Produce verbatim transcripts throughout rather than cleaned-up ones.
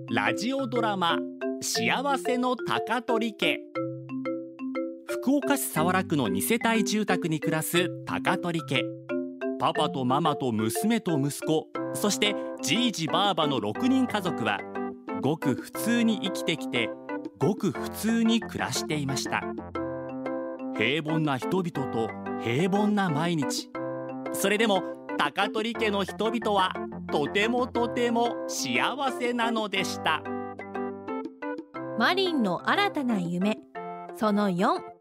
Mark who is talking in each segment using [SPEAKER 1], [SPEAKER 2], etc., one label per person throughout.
[SPEAKER 1] ラジオドラマ幸せの高取家。福岡市早良区のに世帯住宅に暮らす高取家。パパとママと娘と息子、そしてじいじばあばのろくにん家族はごく普通に生きてきて、ごく普通に暮らしていました。平凡な人々と平凡な毎日。それでも高取家の人々はとてもとても幸せなのでした。
[SPEAKER 2] マリンの新たな夢そのよん。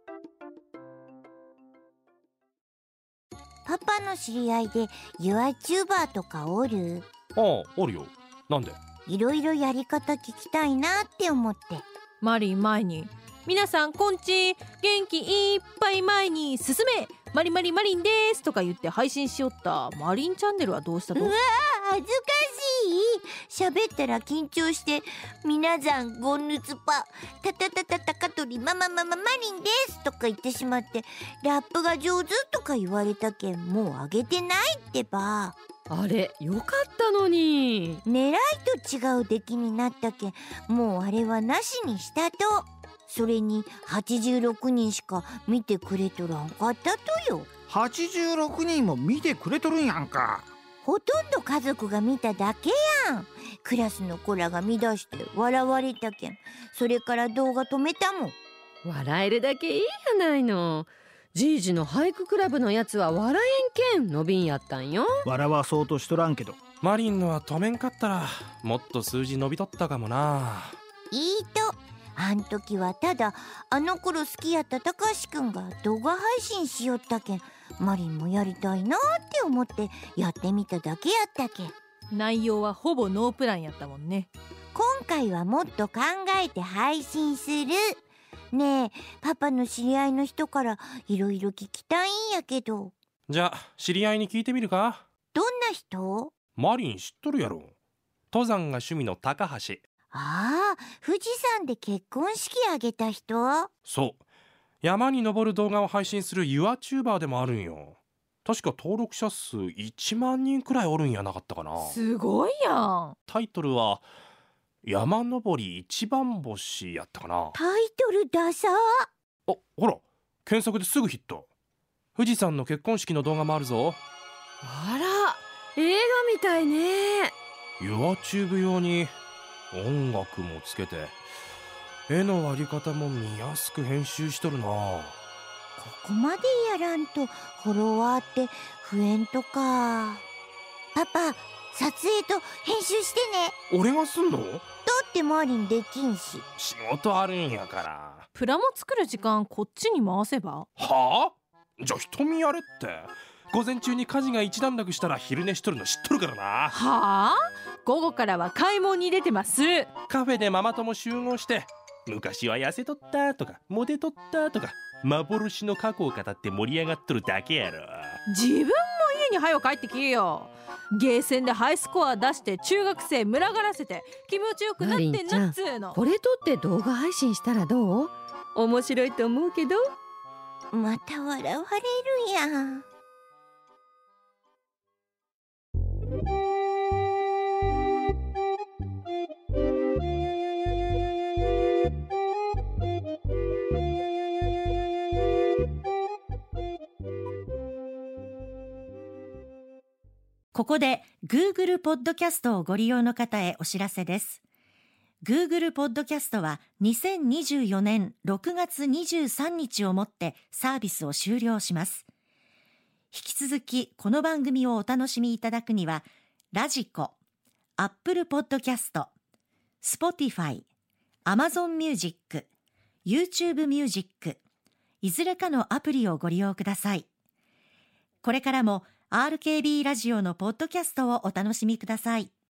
[SPEAKER 3] パパの知り合いで YouTuber とかおる？
[SPEAKER 4] ああ、おるよ。なんで？
[SPEAKER 3] いろいろやり方聞きたいなって思って。
[SPEAKER 2] マリン前に皆さんこんち元気いっぱい前に進めマリマリマリンですとか言って配信しよったマリンチャンネルはどうしたと？
[SPEAKER 3] うわー恥ずかしい。喋ったら緊張して皆さんゴンヌツパタタタタタカトリマママママリンですとか言ってしまって、ラップが上手とか言われたけんもうあげてないってば。
[SPEAKER 5] あれよかったのに。
[SPEAKER 3] 狙いと違う出来になったけんもうあれはなしにしたと。それにはちじゅうろくにんしか見てくれとらんかったとよ。
[SPEAKER 6] はちじゅうろくにんも見てくれとるんやんか。
[SPEAKER 3] ほとんど家族が見ただけやん。クラスの子らが見出して笑われたけん、それから動画止めたもん。
[SPEAKER 5] 笑えるだけいいやないの。じいじの俳句クラブのやつは笑えんけん伸びんやったんよ。
[SPEAKER 6] 笑わそうとしとらんけど、
[SPEAKER 4] マリンのは止めんかったらもっと数字伸びとったかもな。
[SPEAKER 3] いいと。あん時はただあの頃好きやったたかしくんが動画配信しよったけん、マリンもやりたいなって思ってやってみただけやったけん。
[SPEAKER 2] 内容はほぼノープランやったもんね。
[SPEAKER 3] 今回はもっと考えて配信する。ねえパパの知り合いの人からいろいろ聞きたいんやけど。
[SPEAKER 4] じゃあ知り合いに聞いてみるか。
[SPEAKER 3] どんな人？
[SPEAKER 4] マリン知っとるやろ。登山が趣味の高橋。
[SPEAKER 3] ああ、富士山で結婚式あげた人？
[SPEAKER 4] そう、山に登る動画を配信する YouTuber でもあるんよ。確か登録者数いちまんにんくらいおるんやなかったかな。
[SPEAKER 2] すごいやん。
[SPEAKER 4] タイトルは山登り一番星やったかな。
[SPEAKER 3] タイトルダサ。
[SPEAKER 4] あ、ほら検索ですぐヒット。富士山の結婚式の動画もあるぞ。
[SPEAKER 5] あら映画みたいね。
[SPEAKER 4] YouTube 用に音楽もつけて絵の割り方も見やすく編集しとるな。
[SPEAKER 3] ここまでやらんとフォロワーって増えんとか。パパ撮影と編集してね。
[SPEAKER 4] 俺がすんの？
[SPEAKER 3] だってマリンできんし。
[SPEAKER 4] 仕事あるんやから。
[SPEAKER 2] プラモ作る時間こっちに回せば。
[SPEAKER 4] はあ？じゃあ瞳やれって。午前中に家事が一段落したら昼寝しとるの知っとるからな。
[SPEAKER 2] はあ？午後からは買い物に出てます。
[SPEAKER 4] カフェでママ友集合して昔は痩せとったとかモテとったとか幻の過去を語って盛り上がっとるだけやろ。
[SPEAKER 2] 自分も家に早く帰ってきえよ。ゲーセンでハイスコア出して中学生群がらせて気持ちよくなってんなっつーの。
[SPEAKER 5] これ撮って動画配信したらどう？面白いと思うけど。
[SPEAKER 3] また笑われるやん。
[SPEAKER 7] ここで Google ポッドキャストをご利用の方へお知らせです。Google ポッドキャストはにせんにじゅうよねんろくがつにじゅうさんにちをもってサービスを終了します。引き続きこの番組をお楽しみいただくには、ラジコ、Apple ポッドキャスト、Spotify、Amazon Music、YouTube Music、いずれかのアプリをご利用ください。これからもアールケービー ラジオのポッドキャストをお楽しみください。